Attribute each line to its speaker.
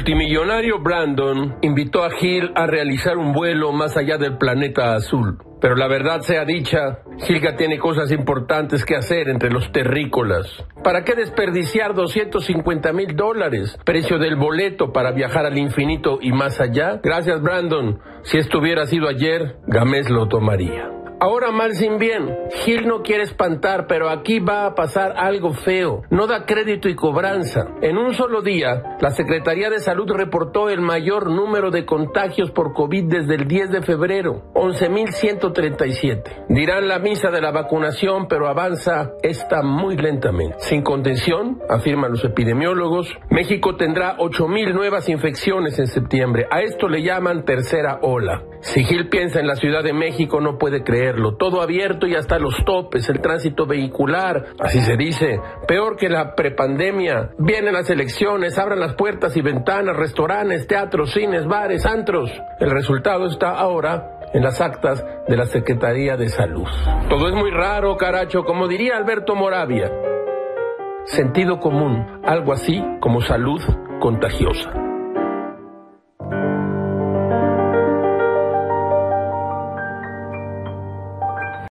Speaker 1: multimillonario Brandon invitó a Gil a realizar un vuelo más allá del planeta azul. Pero la verdad sea dicha, Gilga tiene cosas importantes que hacer entre los terrícolas. ¿Para qué desperdiciar $250,000, precio del boleto para viajar al infinito y más allá? Gracias, Brandon. Si esto hubiera sido ayer, Gamés lo tomaría. Ahora mal sin bien, Gil no quiere espantar, pero aquí va a pasar algo feo. No da crédito y cobranza. En un solo día, la Secretaría de Salud reportó el mayor número de contagios por COVID desde el 10 de febrero, 11,137. Dirán la misa de la vacunación, pero avanza esta muy lentamente. Sin contención, afirman los epidemiólogos, México tendrá 8,000 nuevas infecciones en septiembre. A esto le llaman tercera ola. Si Gil piensa en la Ciudad de México, no puede creerlo. Todo abierto y hasta los topes, el tránsito vehicular, así se dice, peor que la prepandemia. Vienen las elecciones, abran las puertas y ventanas, restaurantes, teatros, cines, bares, antros. El resultado está ahora en las actas de la Secretaría de Salud. Todo es muy raro, caracho, como diría Alberto Moravia. Sentido común, algo así como salud contagiosa.